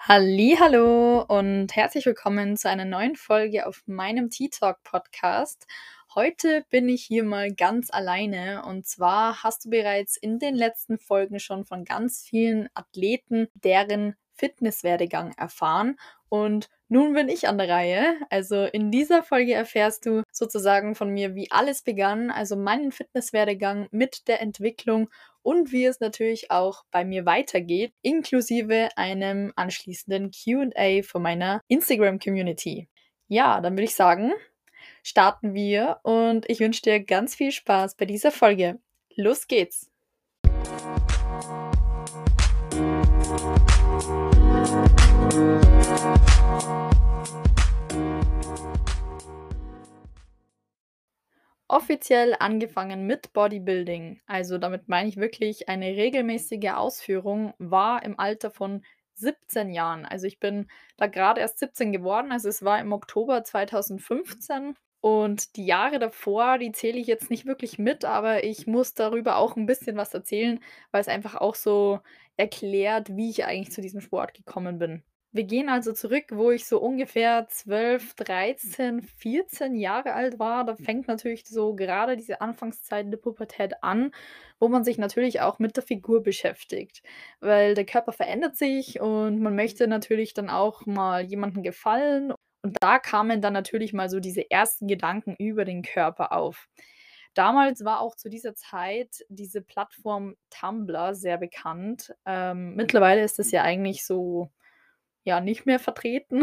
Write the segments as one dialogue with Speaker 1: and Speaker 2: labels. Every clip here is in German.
Speaker 1: Hallihallo und herzlich willkommen zu einer neuen Folge auf meinem Tea Talk Podcast. Heute bin ich hier mal ganz alleine und zwar hast du bereits in den letzten Folgen schon von ganz vielen Athleten deren Fitnesswerdegang erfahren und nun bin ich an der Reihe. Also in dieser Folge erfährst du sozusagen von mir, wie alles begann, also meinen Fitnesswerdegang mit der Entwicklung und wie es natürlich auch bei mir weitergeht, inklusive einem anschließenden Q&A von meiner Instagram-Community. Ja, dann würde ich sagen, starten wir und ich wünsche dir ganz viel Spaß bei dieser Folge. Los geht's! Offiziell angefangen mit Bodybuilding, also damit meine ich wirklich eine regelmäßige Ausführung, war im Alter von 17 Jahren. Also ich bin da gerade erst 17 geworden, also es war im Oktober 2015 und die Jahre davor, die zähle ich jetzt nicht wirklich mit, aber ich muss darüber auch ein bisschen was erzählen, weil es einfach auch so erklärt, wie ich eigentlich zu diesem Sport gekommen bin. Wir gehen also zurück, wo ich so ungefähr 12, 13, 14 Jahre alt war. Da fängt natürlich so gerade diese Anfangszeit der Pubertät an, wo man sich natürlich auch mit der Figur beschäftigt, weil der Körper verändert sich und man möchte natürlich dann auch mal jemandem gefallen. Und da kamen dann natürlich mal so diese ersten Gedanken über den Körper auf. Damals war auch zu dieser Zeit diese Plattform Tumblr sehr bekannt. Mittlerweile ist es ja eigentlich so ja, nicht mehr vertreten.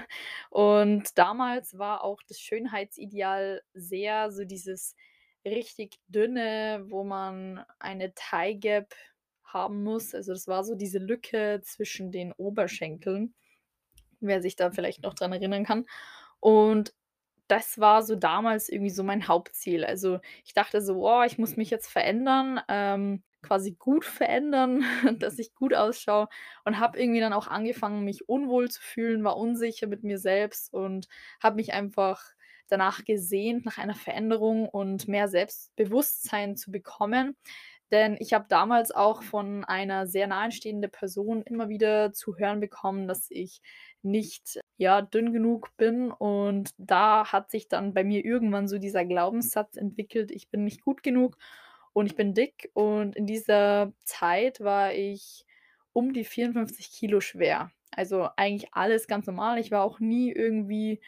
Speaker 1: Und damals war auch das Schönheitsideal sehr so dieses richtig dünne, wo man eine Thigh Gap haben muss. Also, das war so diese Lücke zwischen den Oberschenkeln, wer sich da vielleicht noch dran erinnern kann. Und das war so damals irgendwie so mein Hauptziel. Also, ich dachte so: „Oh, ich muss mich jetzt verändern, quasi gut verändern, dass ich gut ausschaue“, und habe irgendwie dann auch angefangen, mich unwohl zu fühlen, war unsicher mit mir selbst und habe mich einfach danach gesehnt, nach einer Veränderung und mehr Selbstbewusstsein zu bekommen. Denn ich habe damals auch von einer sehr nahestehenden Person immer wieder zu hören bekommen, dass ich nicht, ja, dünn genug bin und da hat sich dann bei mir irgendwann so dieser Glaubenssatz entwickelt: „Ich bin nicht gut genug und ich bin dick“, und in dieser Zeit war ich um die 54 Kilo schwer. Also, eigentlich alles ganz normal. Ich war auch nie irgendwie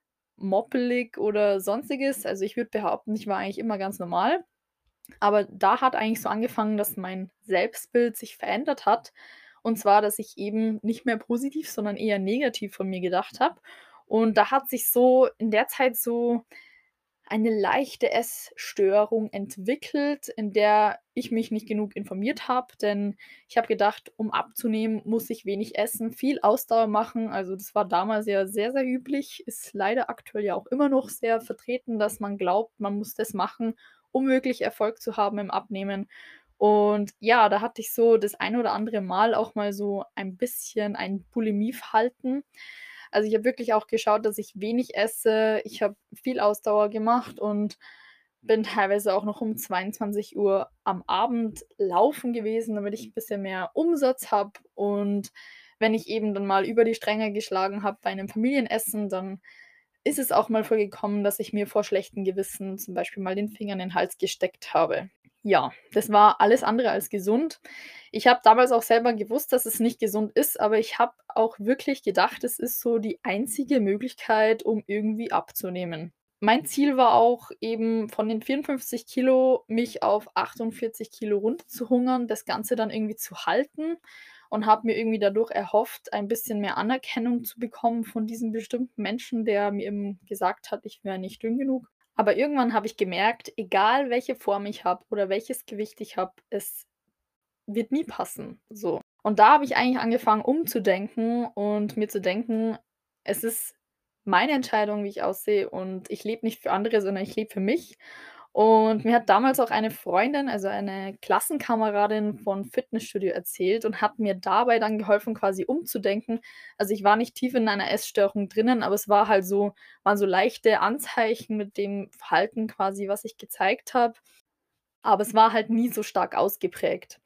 Speaker 1: moppelig oder Sonstiges. Also, ich würde behaupten, ich war eigentlich immer ganz normal. Aber da hat eigentlich so angefangen, dass mein Selbstbild sich verändert hat. Und zwar, dass ich eben nicht mehr positiv, sondern eher negativ von mir gedacht habe. Und da hat sich so in der Zeit so eine leichte Essstörung entwickelt, in der ich mich nicht genug informiert habe, denn ich habe gedacht, um abzunehmen, muss ich wenig essen, viel Ausdauer machen. Also, das war damals ja sehr, sehr üblich, ist leider aktuell ja auch immer noch sehr vertreten, dass man glaubt, man muss das machen, um wirklich Erfolg zu haben im Abnehmen. Und ja, da hatte ich so das ein oder andere Mal auch mal so ein bisschen ein Bulimieverhalten. Also, ich habe wirklich auch geschaut, dass ich wenig esse. Ich habe viel Ausdauer gemacht und bin teilweise auch noch um 22 Uhr am Abend laufen gewesen, damit ich 'n bisschen mehr Umsatz habe. Und wenn ich eben dann mal über die Stränge geschlagen habe bei einem Familienessen, dann ist es auch mal vorgekommen, dass ich mir vor schlechtem Gewissen zum Beispiel mal den Finger in den Hals gesteckt habe. Ja, das war alles andere als gesund. Ich habe damals auch selber gewusst, dass es nicht gesund ist, aber ich habe auch wirklich gedacht, es ist so die einzige Möglichkeit, um irgendwie abzunehmen. Mein Ziel war auch eben von den 54 Kilo mich auf 48 Kilo runterzuhungern, das Ganze dann irgendwie zu halten und habe mir irgendwie dadurch erhofft, ein bisschen mehr Anerkennung zu bekommen von diesem bestimmten Menschen, der mir eben gesagt hat, ich wäre nicht dünn genug. Aber irgendwann habe ich gemerkt, egal welche Form ich habe oder welches Gewicht ich habe, es wird nie passen, so. Und da habe ich eigentlich angefangen umzudenken und mir zu denken: „Es ist meine Entscheidung, wie ich aussehe und ich lebe nicht für andere, sondern ich lebe für mich.“ Und mir hat damals auch eine Freundin, also eine Klassenkameradin von Fitnessstudio erzählt und hat mir dabei dann geholfen, quasi umzudenken. Also, ich war nicht tief in einer Essstörung drinnen, aber es war halt so waren so leichte Anzeichen mit dem Verhalten quasi, was ich gezeigt habe, aber es war halt nie so stark ausgeprägt.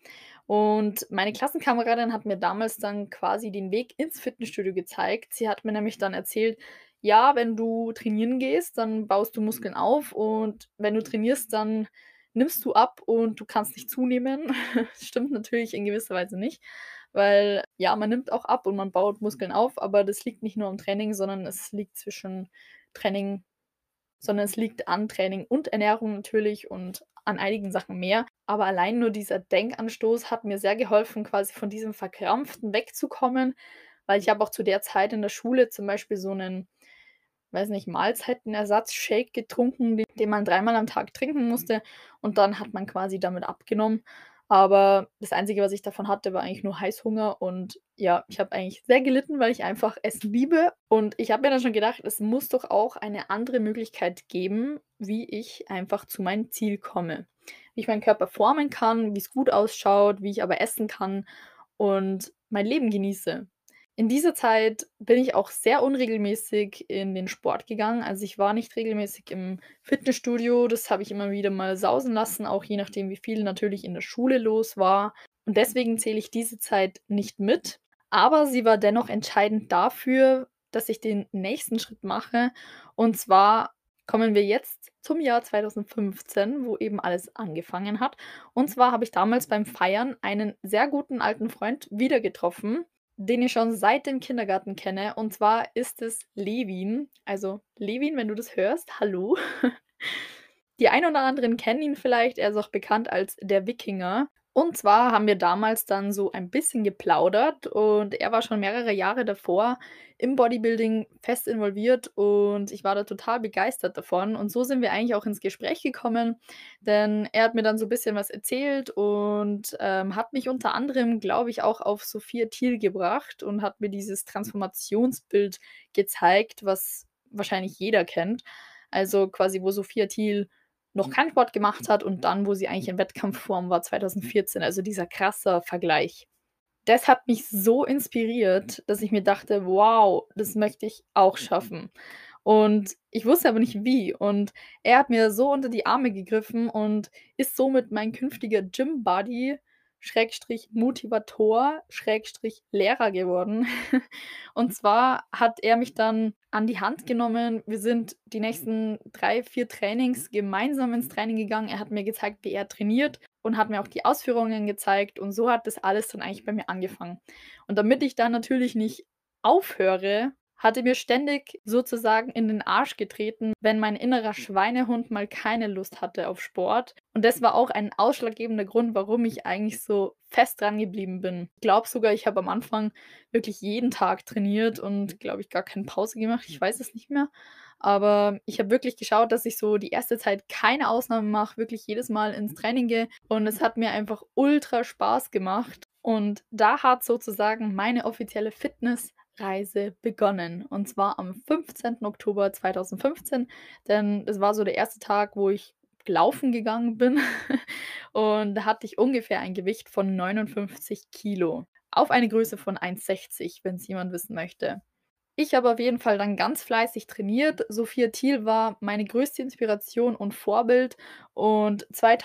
Speaker 1: Und meine Klassenkameradin hat mir damals dann quasi den Weg ins Fitnessstudio gezeigt. Sie hat mir nämlich dann erzählt: „Ja, wenn du trainieren gehst, dann baust du Muskeln auf und wenn du trainierst, dann nimmst du ab und du kannst nicht zunehmen.“ Stimmt natürlich in gewisser Weise nicht, weil, ja, man nimmt auch ab und man baut Muskeln auf, aber das liegt nicht nur am Training, sondern es liegt zwischen Training sondern es liegt an Training und Ernährung natürlich und an einigen Sachen mehr. Aber allein nur dieser Denkanstoß hat mir sehr geholfen, quasi von diesem Verkrampften wegzukommen, weil ich habe auch zu der Zeit in der Schule zum Beispiel so einen, weiß nicht, Mahlzeitenersatzshake getrunken, den man dreimal am Tag trinken musste und dann hat man quasi damit abgenommen. Aber das Einzige, was ich davon hatte, war eigentlich nur Heißhunger und ja, ich habe eigentlich sehr gelitten, weil ich einfach Essen liebe und ich habe mir dann schon gedacht, es muss doch auch eine andere Möglichkeit geben, wie ich einfach zu meinem Ziel komme. Wie ich meinen Körper formen kann, wie es gut ausschaut, wie ich aber essen kann und mein Leben genieße. In dieser Zeit bin ich auch sehr unregelmäßig in den Sport gegangen. Also, ich war nicht regelmäßig im Fitnessstudio. Das habe ich immer wieder mal sausen lassen, auch je nachdem, wie viel natürlich in der Schule los war. Und deswegen zähle ich diese Zeit nicht mit. Aber sie war dennoch entscheidend dafür, dass ich den nächsten Schritt mache. Und zwar kommen wir jetzt zum Jahr 2015, wo eben alles angefangen hat. Und zwar habe ich damals beim Feiern einen sehr guten alten Freund wieder getroffen, den ich schon seit dem Kindergarten kenne. Und zwar ist es Levin. Also, Levin, wenn du das hörst, hallo. Die ein oder anderen kennen ihn vielleicht, er ist auch bekannt als der Wikinger. Und zwar haben wir damals dann so ein bisschen geplaudert und er war schon mehrere Jahre davor im Bodybuilding fest involviert und ich war da total begeistert davon. Und so sind wir eigentlich auch ins Gespräch gekommen, denn er hat mir dann so ein bisschen was erzählt und, hat mich unter anderem, glaube ich, auch auf Sophia Thiel gebracht und hat mir dieses Transformationsbild gezeigt, was wahrscheinlich jeder kennt. Also, quasi, wo Sophia Thiel noch keinen Sport gemacht hat und dann, wo sie eigentlich in Wettkampfform war 2014, also dieser krasse Vergleich. Das hat mich so inspiriert, dass ich mir dachte: „Wow, das möchte ich auch schaffen.“ Und ich wusste aber nicht wie. Und er hat mir so unter die Arme gegriffen und ist somit mein künftiger Gym-Buddy Schrägstrich Motivator Schrägstrich Lehrer geworden. Und zwar hat er mich dann an die Hand genommen. Wir sind die nächsten 3, 4 Trainings gemeinsam ins Training gegangen. Er hat mir gezeigt, wie er trainiert und hat mir auch die Ausführungen gezeigt und so hat das alles dann eigentlich bei mir angefangen. Und damit ich dann natürlich nicht aufhöre, hat er mir ständig sozusagen in den Arsch getreten, wenn mein innerer Schweinehund mal keine Lust hatte auf Sport. Und das war auch ein ausschlaggebender Grund, warum ich eigentlich so fest dran geblieben bin. Ich glaube sogar, ich habe am Anfang wirklich jeden Tag trainiert und, glaube ich, gar keine Pause gemacht. Ich weiß es nicht mehr. Aber ich habe wirklich geschaut, dass ich so die erste Zeit keine Ausnahmen mache, wirklich jedes Mal ins Training gehe und es hat mir einfach ultra Spaß gemacht. Und da hat sozusagen meine offizielle Fitnessreise begonnen. Und zwar am 15. Oktober 2015, denn das war so der erste Tag, wo ich laufen gegangen bin. Und da hatte ich ungefähr ein Gewicht von 59 Kilo auf eine Größe von 1,60, wenn es jemand wissen möchte. Ich habe auf jeden Fall dann ganz fleißig trainiert. Sophia Thiel war meine größte Inspiration und Vorbild. Und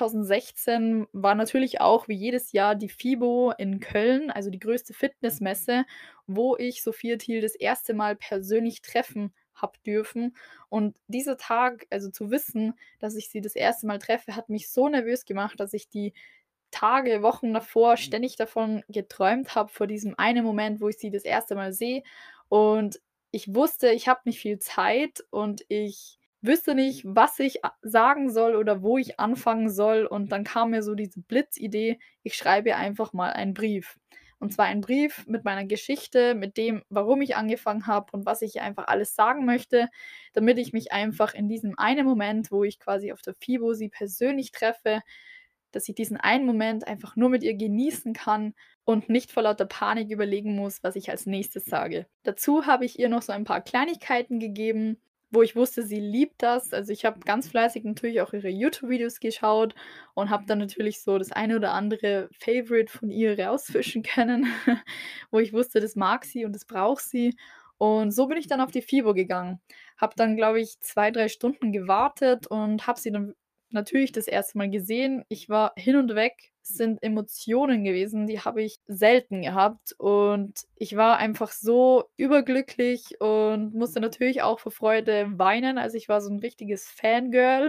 Speaker 1: 2016 war natürlich auch wie jedes Jahr die FIBO in Köln, also die größte Fitnessmesse, wo ich Sophia Thiel das erste Mal persönlich treffen habe dürfen. Und dieser Tag, also zu wissen, dass ich sie das erste Mal treffe, hat mich so nervös gemacht, dass ich die Tage, Wochen davor ständig davon geträumt habe, vor diesem einen Moment, wo ich sie das erste Mal sehe. Und ich wusste, ich habe nicht viel Zeit und ich wüsste nicht, was ich sagen soll oder wo ich anfangen soll. Und dann kam mir so diese Blitzidee, ich schreibe ihr einfach mal einen Brief. Und zwar einen Brief mit meiner Geschichte, mit dem, warum ich angefangen habe und was ich ihr einfach alles sagen möchte, damit ich mich einfach in diesem einen Moment, wo ich quasi auf der FIBO sie persönlich treffe, dass ich diesen einen Moment einfach nur mit ihr genießen kann und nicht vor lauter Panik überlegen muss, was ich als Nächstes sage. Dazu habe ich ihr noch so ein paar Kleinigkeiten gegeben, wo ich wusste, sie liebt das. Also, ich habe ganz fleißig natürlich auch ihre YouTube-Videos geschaut und habe dann natürlich so das eine oder andere Favorite von ihr rausfischen können, wo ich wusste, das mag sie und das braucht sie. Und so bin ich dann auf die FIBO gegangen. Habe dann, glaube ich, 2, 3 Stunden gewartet und habe sie dann natürlich das erste Mal gesehen. Ich war hin und weg. Es sind Emotionen gewesen, die habe ich selten gehabt und ich war einfach so überglücklich und musste natürlich auch vor Freude weinen. Also, ich war so 'n richtiges Fangirl.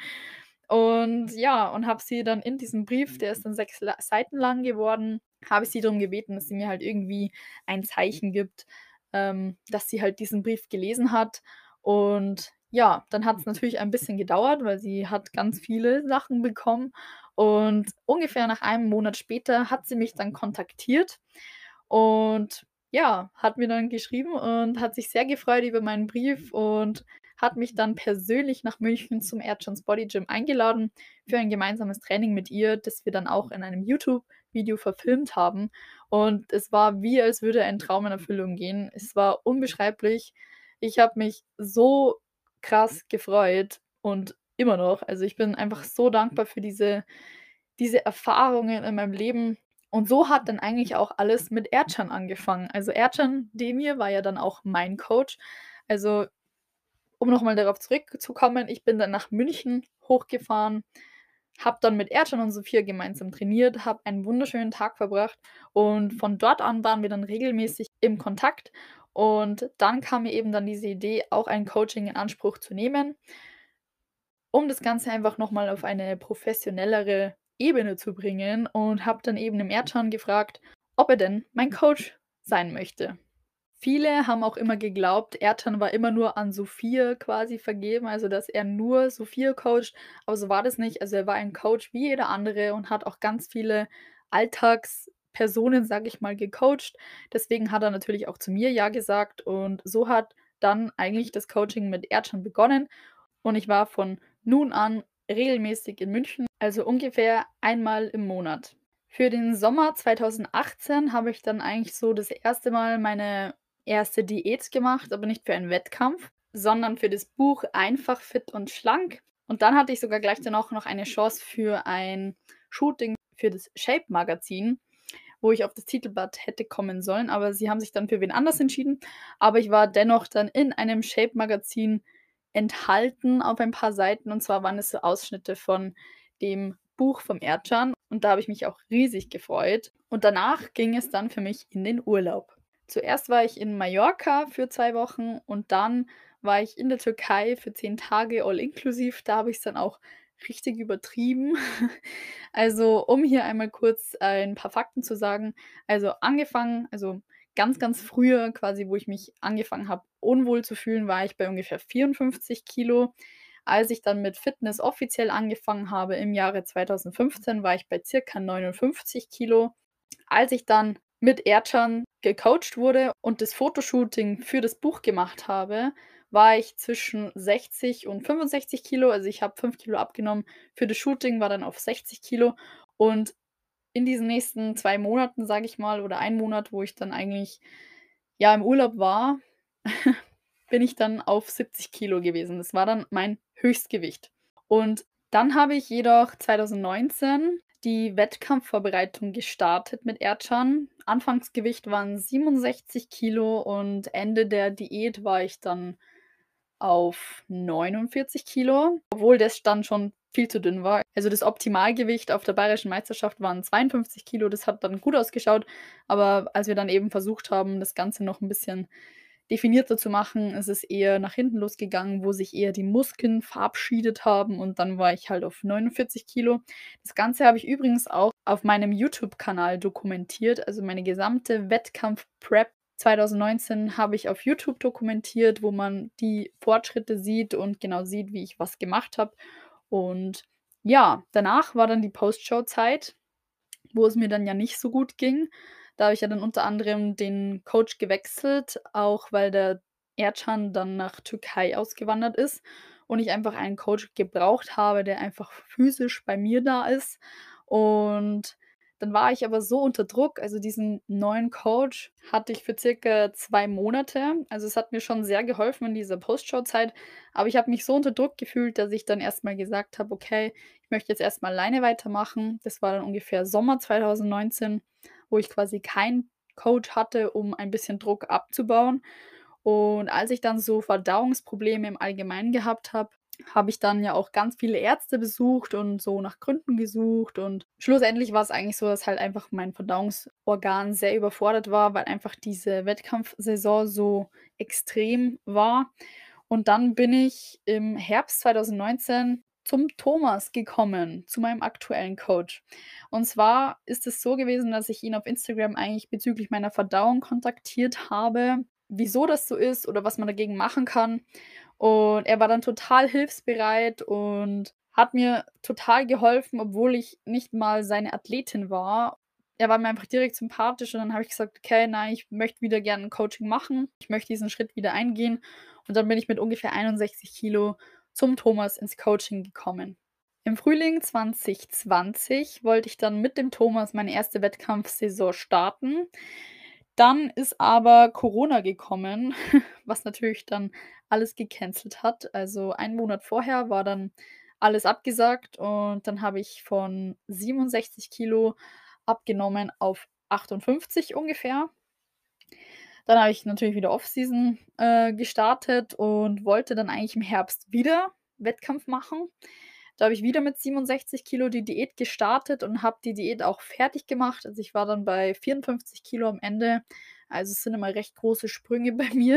Speaker 1: Und ja, und habe sie dann in diesem Brief, der ist dann 6 La Seiten lang geworden, habe ich sie darum gebeten, dass sie mir halt irgendwie ein Zeichen gibt, dass sie halt diesen Brief gelesen hat. Und ja, dann hat's natürlich ein bisschen gedauert, weil sie hat ganz viele Sachen bekommen. Und ungefähr nach einem Monat später hat sie mich dann kontaktiert und ja, hat mir dann geschrieben und hat sich sehr gefreut über meinen Brief und hat mich dann persönlich nach München zum Erdschans Body Gym eingeladen für ein gemeinsames Training mit ihr, das wir dann auch in einem YouTube-Video verfilmt haben. Und es war wie, als würde ein Traum in Erfüllung gehen. Es war unbeschreiblich. Ich habe mich so krass gefreut und immer noch. Also, ich bin einfach so dankbar für diese Erfahrungen in meinem Leben. Und so hat dann eigentlich auch alles mit Erdcan angefangen. Also, Erdcan Demir war ja dann auch mein Coach. Also, um noch mal darauf zurückzukommen, ich bin dann nach München hochgefahren, habe dann mit Erdcan und Sophia gemeinsam trainiert, habe einen wunderschönen Tag verbracht und von dort an waren wir dann regelmäßig im Kontakt. Und dann kam mir eben dann diese Idee, auch ein Coaching in Anspruch zu nehmen, um das Ganze einfach noch mal auf eine professionellere Ebene zu bringen und habe dann eben im Erdschan gefragt, ob er denn mein Coach sein möchte. Viele haben auch immer geglaubt, Erdschan war immer nur an Sophia quasi vergeben, also dass er nur Sophia coacht, aber so war das nicht. Also, er war ein Coach wie jeder andere und hat auch ganz viele Alltagspersonen, sage ich mal, gecoacht. Deswegen hat er natürlich auch zu mir ja gesagt und so hat dann eigentlich das Coaching mit Erdschan begonnen und ich war von nun an regelmäßig in München, also ungefähr einmal im Monat. Für den Sommer 2018 habe ich dann eigentlich so das erste Mal meine erste Diät gemacht, aber nicht für einen Wettkampf, sondern für das Buch „Einfach, fit und schlank". Und dann hatte ich sogar gleich dann auch noch eine Chance für ein Shooting für das Shape-Magazin, wo ich auf das Titelblatt hätte kommen sollen, aber sie haben sich dann für wen anders entschieden. Aber ich war dennoch dann in einem Shape-Magazin enthalten auf ein paar Seiten, und zwar waren es so Ausschnitte von dem Buch vom Erdcan und da habe ich mich auch riesig gefreut. Und danach ging es dann für mich in den Urlaub. Zuerst war ich in Mallorca für 2 Wochen und dann war ich in der Türkei für 10 Tage all inklusiv. Da habe ich's dann auch richtig übertrieben. Also, um hier einmal kurz ein paar Fakten zu sagen. Also ganz, ganz früher quasi, wo ich mich angefangen habe, unwohl zu fühlen, war ich bei ungefähr 54 Kilo. Als ich dann mit Fitness offiziell angefangen habe im Jahre 2015, war ich bei circa 59 Kilo. Als ich dann mit Erdschan gecoacht wurde und das Fotoshooting für das Buch gemacht habe, war ich zwischen 60 und 65 Kilo. Also, ich habe 5 Kilo abgenommen. Für das Shooting war dann auf 60 Kilo. Und in diesen nächsten 2 Monaten, sage ich mal, oder 1 Monat, wo ich dann eigentlich, ja, im Urlaub war, bin ich dann auf 70 Kilo gewesen. Das war dann mein Höchstgewicht. Und dann habe ich jedoch 2019 die Wettkampfvorbereitung gestartet mit Erdschan. Anfangsgewicht waren 67 Kilo und Ende der Diät war ich dann auf 49 Kilo, obwohl das dann schon viel zu dünn war. Also, das Optimalgewicht auf der bayerischen Meisterschaft waren 52 Kilo. Das hat dann gut ausgeschaut, aber als wir dann eben versucht haben, das Ganze noch 'n bisschen definierter zu machen, ist es eher nach hinten losgegangen, wo sich eher die Muskeln verabschiedet haben und dann war ich halt auf 49 Kilo. Das Ganze habe ich übrigens auch auf meinem YouTube-Kanal dokumentiert, also meine gesamte Wettkampf-Prep 2019 habe ich auf YouTube dokumentiert, wo man die Fortschritte sieht und genau sieht, wie ich was gemacht habe. Und ja, danach war dann die Post-Show-Zeit, wo es mir dann ja nicht so gut ging. Da habe ich ja dann unter anderem den Coach gewechselt, auch weil der Erdcan dann nach Türkei ausgewandert ist und ich einfach einen Coach gebraucht habe, der einfach physisch bei mir da ist. Und dann war ich aber so unter Druck, also diesen neuen Coach hatte ich für circa 2 Monate. Also, es hat mir schon sehr geholfen in dieser Post-Show-Zeit, aber ich habe mich so unter Druck gefühlt, dass ich dann erst mal gesagt habe: „Okay, ich möchte jetzt erst mal alleine weitermachen." Das war dann ungefähr Sommer 2019, wo ich quasi keinen Coach hatte, um ein bisschen Druck abzubauen. Und als ich dann so Verdauungsprobleme im Allgemeinen gehabt habe, habe ich dann ja auch ganz viele Ärzte besucht und so nach Gründen gesucht und schlussendlich war es eigentlich so, dass halt einfach mein Verdauungsorgan sehr überfordert war, weil einfach diese Wettkampfsaison so extrem war. Und dann bin ich im Herbst 2019 zum Thomas gekommen, zu meinem aktuellen Coach. Und zwar ist es so gewesen, dass ich ihn auf Instagram eigentlich bezüglich meiner Verdauung kontaktiert habe, wieso das so ist oder was man dagegen machen kann. Und er war dann total hilfsbereit und hat mir total geholfen, obwohl ich nicht mal seine Athletin war. Er war mir einfach direkt sympathisch und dann habe ich gesagt: „Okay, nein, ich möchte wieder gerne 'n Coaching machen. Ich möchte diesen Schritt wieder eingehen.“ Und dann bin ich mit ungefähr 61 Kilo zum Thomas ins Coaching gekommen. Im Frühling 2020 wollte ich dann mit dem Thomas meine erste Wettkampfsaison starten. Dann ist aber Corona gekommen, was natürlich dann alles gecancelt hat. Also, einen Monat vorher war dann alles abgesagt und dann habe ich von 67 Kilo abgenommen auf 58 ungefähr. Dann habe ich natürlich wieder Off-Season, gestartet und wollte dann eigentlich im Herbst wieder Wettkampf machen. Da habe ich wieder mit 67 Kilo die Diät gestartet und habe die Diät auch fertig gemacht. Also, ich war dann bei 54 Kilo am Ende. Also, es sind immer recht große Sprünge bei mir.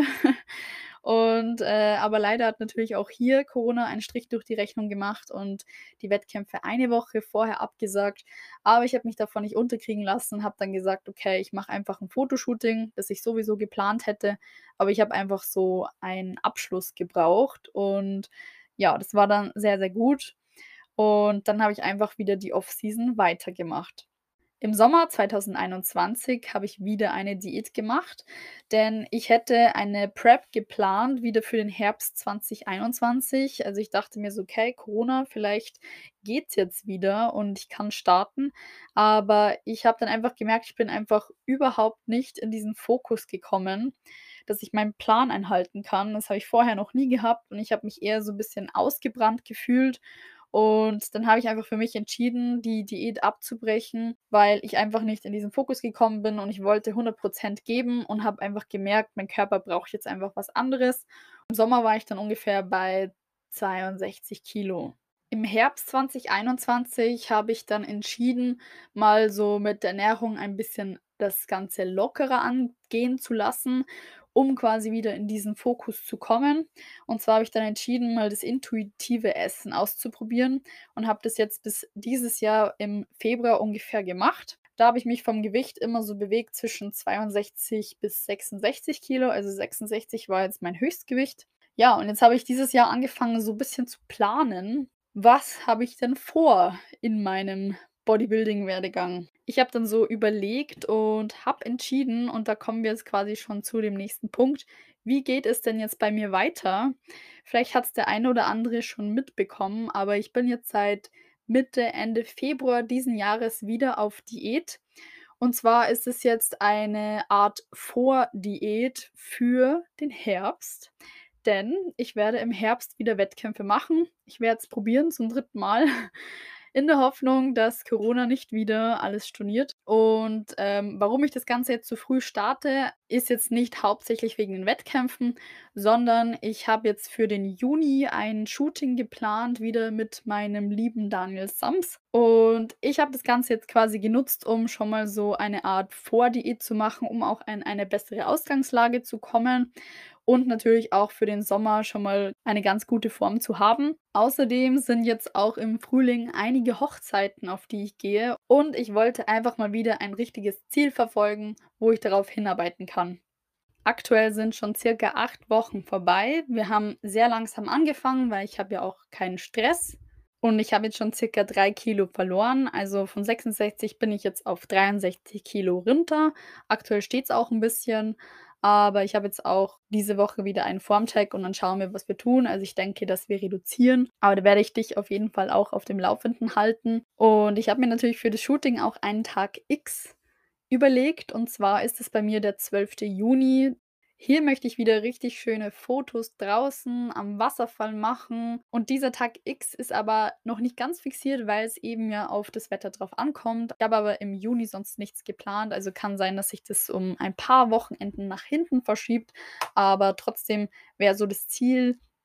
Speaker 1: Und, aber leider hat natürlich auch hier Corona einen Strich durch die Rechnung gemacht und die Wettkämpfe eine Woche vorher abgesagt. Aber ich habe mich davon nicht unterkriegen lassen, habe dann gesagt: „Okay, ich mache einfach 'n Fotoshooting“, das ich sowieso geplant hätte, aber ich habe einfach so einen Abschluss gebraucht und ja, das war dann sehr, sehr gut. Und dann habe ich einfach wieder die Off-Season weitergemacht. Im Sommer 2021 habe ich wieder eine Diät gemacht, denn ich hätte eine Prep geplant, wieder für den Herbst 2021. Also, ich dachte mir so: „Okay, Corona, vielleicht geht's jetzt wieder und ich kann starten.“ Aber ich habe dann einfach gemerkt, ich bin einfach überhaupt nicht in diesen Fokus gekommen, dass ich meinen Plan einhalten kann. Das habe ich vorher noch nie gehabt und ich habe mich eher so 'n bisschen ausgebrannt gefühlt und dann habe ich einfach für mich entschieden, die Diät abzubrechen, weil ich einfach nicht in diesen Fokus gekommen bin und ich wollte 100% geben und habe einfach gemerkt, mein Körper braucht jetzt einfach was anderes. Im Sommer war ich dann ungefähr bei 62 Kilo. Im Herbst 2021 habe ich dann entschieden, mal so mit der Ernährung ein bisschen das Ganze lockerer angehen zu lassen, um quasi wieder in diesen Fokus zu kommen. Und zwar habe ich dann entschieden, mal das intuitive Essen auszuprobieren und habe das jetzt bis dieses Jahr im Februar ungefähr gemacht. Da habe ich mich vom Gewicht immer so bewegt zwischen 62 bis 66 Kilo. Also 66 war jetzt mein Höchstgewicht. Ja, und jetzt habe ich dieses Jahr angefangen, so ein bisschen zu planen. Was habe ich denn vor in meinem Bodybuilding-Werdegang? Ich habe dann so überlegt und habe entschieden und da kommen wir jetzt quasi schon zu dem nächsten Punkt. Wie geht es denn jetzt bei mir weiter? Vielleicht hat es der eine oder andere schon mitbekommen, aber ich bin jetzt seit Mitte, Ende Februar diesen Jahres wieder auf Diät. Und zwar ist es jetzt eine Art Vordiät für den Herbst, denn ich werde im Herbst wieder Wettkämpfe machen. Ich werde es probieren zum dritten Mal in der Hoffnung, dass Corona nicht wieder alles storniert. Und, warum ich das Ganze jetzt so früh starte, ist jetzt nicht hauptsächlich wegen den Wettkämpfen, sondern ich habe jetzt für den Juni ein Shooting geplant, wieder mit meinem lieben Daniel Sams. Und ich habe das Ganze jetzt quasi genutzt, um schon mal so eine Art Vordiät zu machen, um auch in eine bessere Ausgangslage zu kommen und natürlich auch für den Sommer schon mal eine ganz gute Form zu haben. Außerdem sind jetzt auch im Frühling einige Hochzeiten, auf die ich gehe und ich wollte einfach mal wieder ein richtiges Ziel verfolgen, wo ich darauf hinarbeiten kann. Aktuell sind schon circa 8 Wochen vorbei. Wir haben sehr langsam angefangen, weil ich habe ja auch keinen Stress und ich habe jetzt schon circa 3 Kilo verloren. Also, von 66 bin ich jetzt auf 63 Kilo runter. Aktuell steht's auch ein bisschen, aber ich habe jetzt auch diese Woche wieder einen Formcheck und dann schauen wir, was wir tun. Also, ich denke, dass wir reduzieren, aber da werde ich dich auf jeden Fall auch auf dem Laufenden halten. Und ich habe mir natürlich für das Shooting auch einen Tag X überlegt und zwar ist es bei mir der 12. Juni. Hier möchte ich wieder richtig schöne Fotos draußen am Wasserfall machen und dieser Tag X ist aber noch nicht ganz fixiert, weil es eben ja auf das Wetter drauf ankommt. Ich habe aber im Juni sonst nichts geplant, also kann sein, dass sich das um ein paar Wochenenden nach hinten verschiebt, aber trotzdem wäre so das Ziel,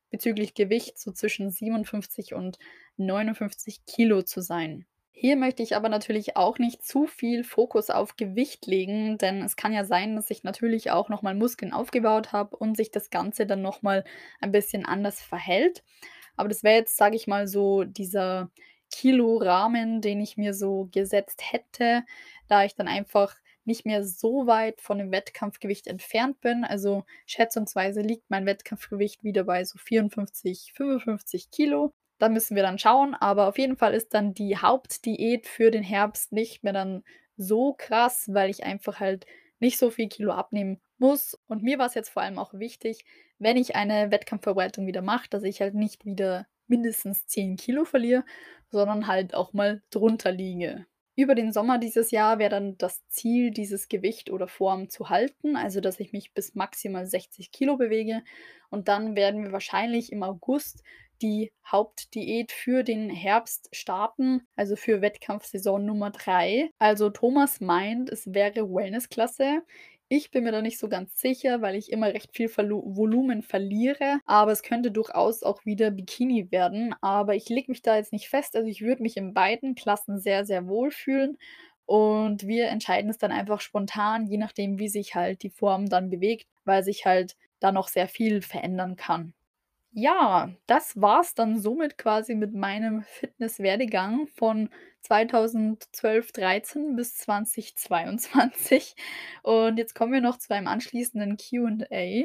Speaker 1: bezüglich Gewicht so zwischen 57 und 59 Kilo zu sein. Hier möchte ich aber natürlich auch nicht zu viel Fokus auf Gewicht legen, denn es kann ja sein, dass ich natürlich auch noch mal Muskeln aufgebaut habe und sich das Ganze dann noch mal ein bisschen anders verhält. Aber das wäre jetzt, sage ich mal, so dieser Kilorahmen, den ich mir so gesetzt hätte, da ich dann einfach nicht mehr so weit von dem Wettkampfgewicht entfernt bin. Also schätzungsweise liegt mein Wettkampfgewicht wieder bei so 54, 55 Kilo. Da müssen wir dann schauen, aber auf jeden Fall ist dann die Hauptdiät für den Herbst nicht mehr dann so krass, weil ich einfach halt nicht so viel Kilo abnehmen muss. Und mir war es jetzt vor allem auch wichtig, wenn ich eine Wettkampfvorbereitung wieder mache, dass ich halt nicht wieder mindestens 10 Kilo verliere, sondern halt auch mal drunter liege. Über den Sommer dieses Jahr wäre dann das Ziel, dieses Gewicht oder Form zu halten, also dass ich mich bis maximal 60 Kilo bewege. Und dann werden wir wahrscheinlich im August die Hauptdiät für den Herbst starten, also für Wettkampfsaison Nummer 3. Also Thomas meint, es wäre Wellnessklasse. Ich bin mir da nicht so ganz sicher, weil ich immer recht viel Volumen verliere, aber es könnte durchaus auch wieder Bikini werden. Aber ich lege mich da jetzt nicht fest. Also ich würde mich in beiden Klassen sehr, sehr wohl fühlen. Und wir entscheiden es dann einfach spontan, je nachdem, wie sich halt die Form dann bewegt, weil sich halt da noch sehr viel verändern kann. Ja, das war's dann somit quasi mit meinem Fitnesswerdegang von 2012, 13 bis 2022. Und jetzt kommen wir noch zu einem anschließenden Q&A.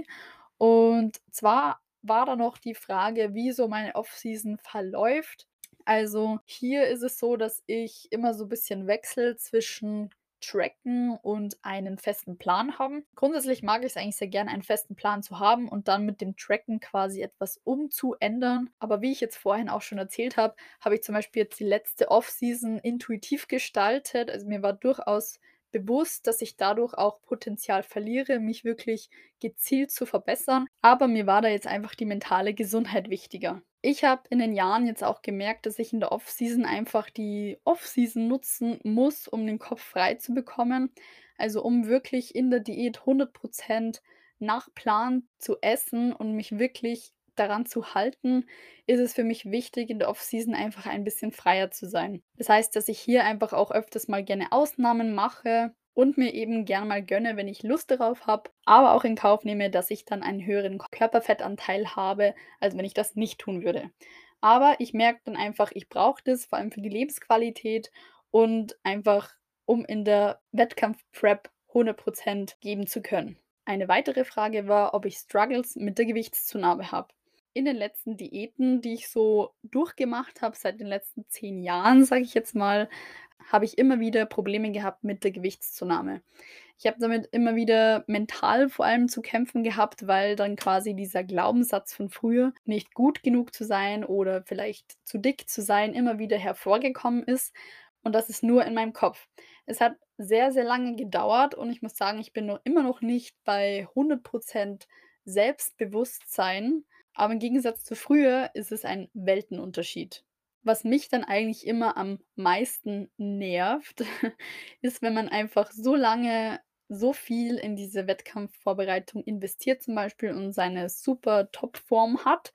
Speaker 1: Und zwar war da noch die Frage, wie so meine Offseason verläuft. Also, hier ist es so, dass ich immer so ein bisschen wechsle zwischen Tracken und einen festen Plan haben. Grundsätzlich mag ich es eigentlich sehr gerne, einen festen Plan zu haben und dann mit dem Tracken quasi etwas umzuändern. Aber wie ich jetzt vorhin auch schon erzählt habe, habe ich zum Beispiel jetzt die letzte Offseason intuitiv gestaltet. Also, mir war durchaus bewusst, dass ich dadurch auch Potenzial verliere, mich wirklich gezielt zu verbessern. Aber mir war da jetzt einfach die mentale Gesundheit wichtiger. Ich habe in den Jahren jetzt auch gemerkt, dass ich in der Offseason einfach die Offseason nutzen muss, um den Kopf frei zu bekommen. Also, um wirklich in der Diät 100% nach Plan zu essen und mich wirklich daran zu halten, ist es für mich wichtig, in der Offseason einfach ein bisschen freier zu sein. Das heißt, dass ich hier einfach auch öfters mal gerne Ausnahmen mache und mir eben gern mal gönne, wenn ich Lust darauf habe, aber auch in Kauf nehme, dass ich dann einen höheren Körperfettanteil habe, als wenn ich das nicht tun würde. Aber ich merke dann einfach, ich brauche das, vor allem für die Lebensqualität und einfach, um in der Wettkampf-Prep 100% geben zu können. Eine weitere Frage war, ob ich Struggles mit der Gewichtszunahme habe. In den letzten Diäten, die ich so durchgemacht habe, seit den letzten 10 Jahren, sage ich jetzt mal, habe ich immer wieder Probleme gehabt mit der Gewichtszunahme. Ich habe damit immer wieder mental vor allem zu kämpfen gehabt, weil dann quasi dieser Glaubenssatz von früher, nicht gut genug zu sein oder vielleicht zu dick zu sein, immer wieder hervorgekommen ist. Und das ist nur in meinem Kopf. Es hat sehr, sehr lange gedauert und ich muss sagen, ich bin noch immer noch nicht bei 100% Selbstbewusstsein, aber im Gegensatz zu früher ist es ein Weltenunterschied. Was mich dann eigentlich immer am meisten nervt, ist, wenn man einfach so lange so viel in diese Wettkampfvorbereitung investiert zum Beispiel und seine super Topform hat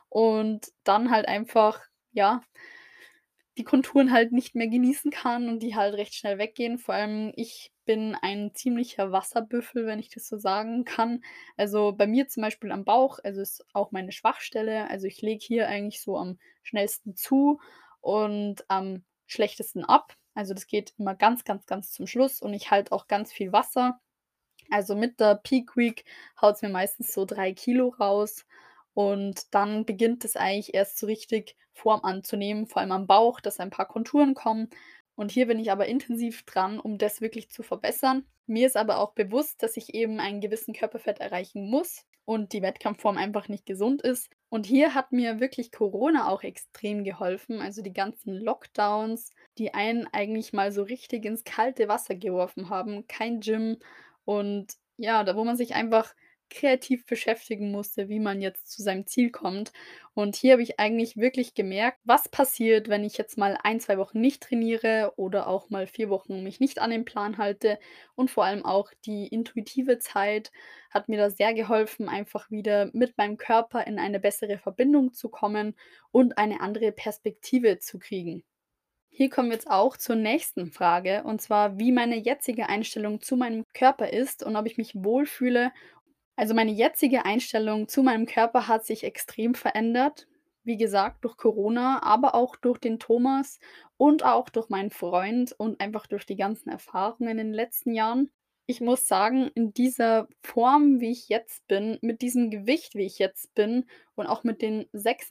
Speaker 1: und dann halt einfach, ja, die Konturen halt nicht mehr genießen kann und die halt recht schnell weggehen. Vor allem ich bin ein ziemlicher Wasserbüffel, wenn ich das so sagen kann. Also, bei mir zum Beispiel am Bauch, also, ist auch meine Schwachstelle. Also, ich lege hier eigentlich so am schnellsten zu und am schlechtesten ab. Also, das geht immer ganz, ganz, ganz zum Schluss und ich halte auch ganz viel Wasser. Also, mit der Peak Week haut's mir meistens so 3 Kilo raus und dann beginnt es eigentlich erst so richtig Form anzunehmen, vor allem am Bauch, dass ein paar Konturen kommen. Und hier bin ich aber intensiv dran, um das wirklich zu verbessern. Mir ist aber auch bewusst, dass ich eben einen gewissen Körperfett erreichen muss und die Wettkampfform einfach nicht gesund ist. Und hier hat mir wirklich Corona auch extrem geholfen, also die ganzen Lockdowns, die einen eigentlich mal so richtig ins kalte Wasser geworfen haben. Kein Gym und ja, da wo man sich einfach kreativ beschäftigen musste, wie man jetzt zu seinem Ziel kommt. Und hier habe ich eigentlich wirklich gemerkt, was passiert, wenn ich jetzt mal ein, 2 Wochen nicht trainiere oder auch mal 4 Wochen mich nicht an den Plan halte. Und vor allem auch die intuitive Zeit hat mir da sehr geholfen, einfach wieder mit meinem Körper in eine bessere Verbindung zu kommen und eine andere Perspektive zu kriegen. Hier kommen wir jetzt auch zur nächsten Frage, und zwar, wie meine jetzige Einstellung zu meinem Körper ist und ob ich mich wohlfühle. Also meine jetzige Einstellung zu meinem Körper hat sich extrem verändert. Wie gesagt, durch Corona, aber auch durch den Thomas und auch durch meinen Freund und einfach durch die ganzen Erfahrungen in den letzten Jahren. Ich muss sagen, in dieser Form, wie ich jetzt bin, mit diesem Gewicht, wie ich jetzt bin und auch mit den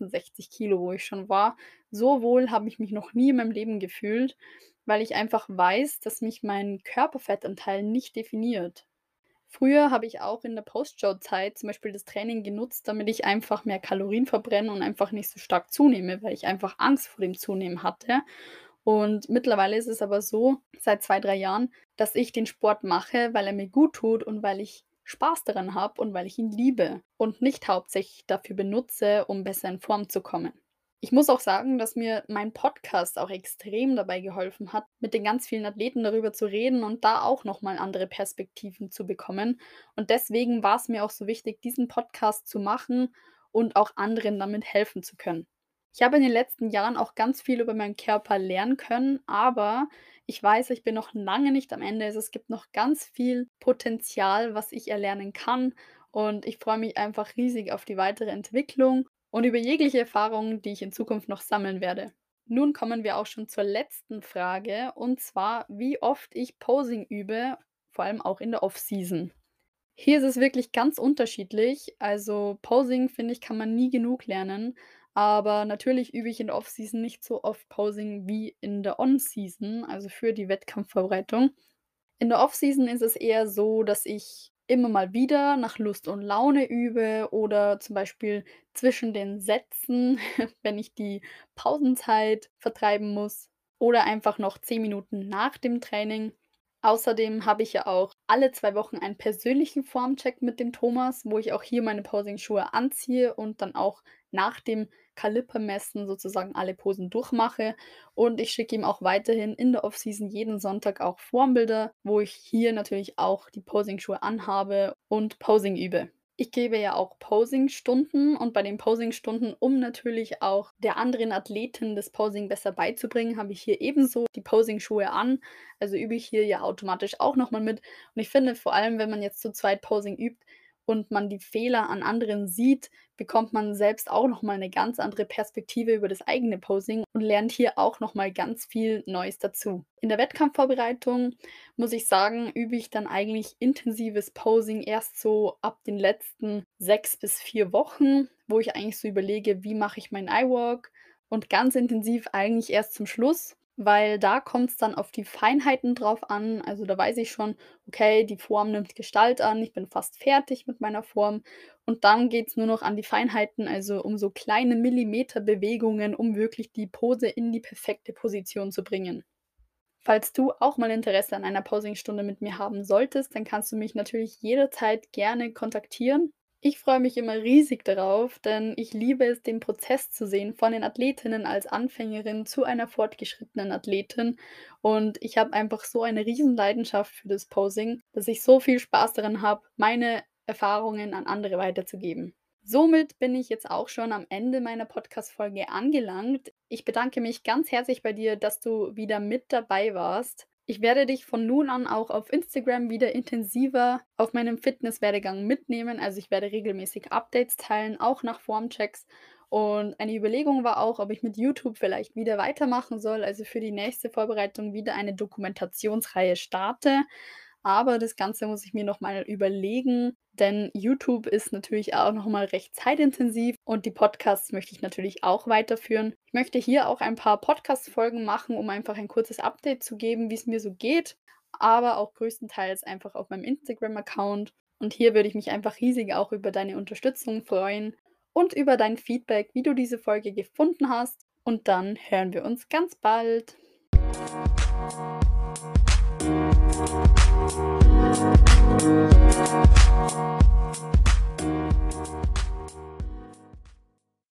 Speaker 1: 66 Kilo, wo ich schon war, so wohl habe ich mich noch nie in meinem Leben gefühlt, weil ich einfach weiß, dass mich mein Körperfettanteil nicht definiert. Früher habe ich auch in der Post-Show-Zeit zum Beispiel das Training genutzt, damit ich einfach mehr Kalorien verbrenne und einfach nicht so stark zunehme, weil ich einfach Angst vor dem Zunehmen hatte. Und mittlerweile ist es aber so, seit 2 3 Jahren, dass ich den Sport mache, weil er mir gut tut und weil ich Spaß daran habe und weil ich ihn liebe und nicht hauptsächlich dafür benutze, um besser in Form zu kommen. Ich muss auch sagen, dass mir mein Podcast auch extrem dabei geholfen hat, mit den ganz vielen Athleten darüber zu reden und da auch noch mal andere Perspektiven zu bekommen. Und deswegen war es mir auch so wichtig, diesen Podcast zu machen und auch anderen damit helfen zu können. Ich habe in den letzten Jahren auch ganz viel über meinen Körper lernen können, aber ich weiß, ich bin noch lange nicht am Ende. Also, es gibt noch ganz viel Potenzial, was ich erlernen kann, und ich freue mich einfach riesig auf die weitere Entwicklung und über jegliche Erfahrungen, die ich in Zukunft noch sammeln werde. Nun kommen wir auch schon zur letzten Frage, und zwar, wie oft ich Posing übe, vor allem auch in der Off-Season. Hier ist es wirklich ganz unterschiedlich. Also Posing, finde ich, kann man nie genug lernen. Aber natürlich übe ich in der Off-Season nicht so oft Posing wie in der On-Season, also für die Wettkampfvorbereitung. In der Off-Season ist es eher so, dass ich immer mal wieder nach Lust und Laune übe oder zum Beispiel zwischen den Sätzen, wenn ich die Pausenzeit vertreiben muss, oder einfach noch 10 Minuten nach dem Training. Außerdem habe ich ja auch alle 2 Wochen einen persönlichen Formcheck mit dem Thomas, wo ich auch hier meine Posingschuhe anziehe und dann auch nach dem Kalipermessen sozusagen alle Posen durchmache. Und ich schicke ihm auch weiterhin in der Offseason jeden Sonntag auch Formbilder, wo ich hier natürlich auch die Posingschuhe anhabe und Posing übe. Ich gebe ja auch Posing-Stunden, und bei den Posing-Stunden, um natürlich auch der anderen Athletin das Posing besser beizubringen, habe ich hier ebenso die Posing-Schuhe an. Also übe ich hier ja automatisch auch noch mal mit. Und ich finde, vor allem, wenn man jetzt zu zweit Posing übt und man die Fehler an anderen sieht, bekommt man selbst auch noch mal 'ne ganz andere Perspektive über das eigene Posing und lernt hier auch noch mal ganz viel Neues dazu. In der Wettkampfvorbereitung, muss ich sagen, übe ich dann eigentlich intensives Posing erst so ab den letzten 6 bis 4 Wochen, wo ich eigentlich so überlege: „Wie mache ich meinen Eye-Walk?“ Und ganz intensiv eigentlich erst zum Schluss, weil da kommt es dann auf die Feinheiten drauf an. Also, da weiß ich schon: „Okay, die Form nimmt Gestalt an, ich bin fast fertig mit meiner Form.“ Und dann geht's nur noch an die Feinheiten, also um so kleine Millimeterbewegungen, um wirklich die Pose in die perfekte Position zu bringen. Falls du auch mal Interesse an einer Posingstunde mit mir haben solltest, dann kannst du mich natürlich jederzeit gerne kontaktieren. Ich freue mich immer riesig darauf, denn ich liebe es, den Prozess zu sehen von den Athletinnen als Anfängerin zu einer fortgeschrittenen Athletin. Und ich habe einfach so eine Riesenleidenschaft für das Posing, dass ich so viel Spaß daran habe, meine Erfahrungen an andere weiterzugeben. Somit bin ich jetzt auch schon am Ende meiner Podcast-Folge angelangt. Ich bedanke mich ganz herzlich bei dir, dass du wieder mit dabei warst. Ich werde dich von nun an auch auf Instagram wieder intensiver auf meinem Fitnesswerdegang mitnehmen. Also ich werde regelmäßig Updates teilen, auch nach Formchecks. Und eine Überlegung war auch, ob ich mit YouTube vielleicht wieder weitermachen soll, also für die nächste Vorbereitung wieder eine Dokumentationsreihe starte. Aber das Ganze muss ich mir noch mal überlegen, denn YouTube ist natürlich auch noch mal recht zeitintensiv und die Podcasts möchte ich natürlich auch weiterführen. Ich möchte hier auch ein paar Podcast-Folgen machen, um einfach ein kurzes Update zu geben, wie es mir so geht, aber auch größtenteils einfach auf meinem Instagram-Account. Und hier würde ich mich einfach riesig auch über deine Unterstützung freuen und über dein Feedback, wie du diese Folge gefunden hast. Und dann hören wir uns ganz bald.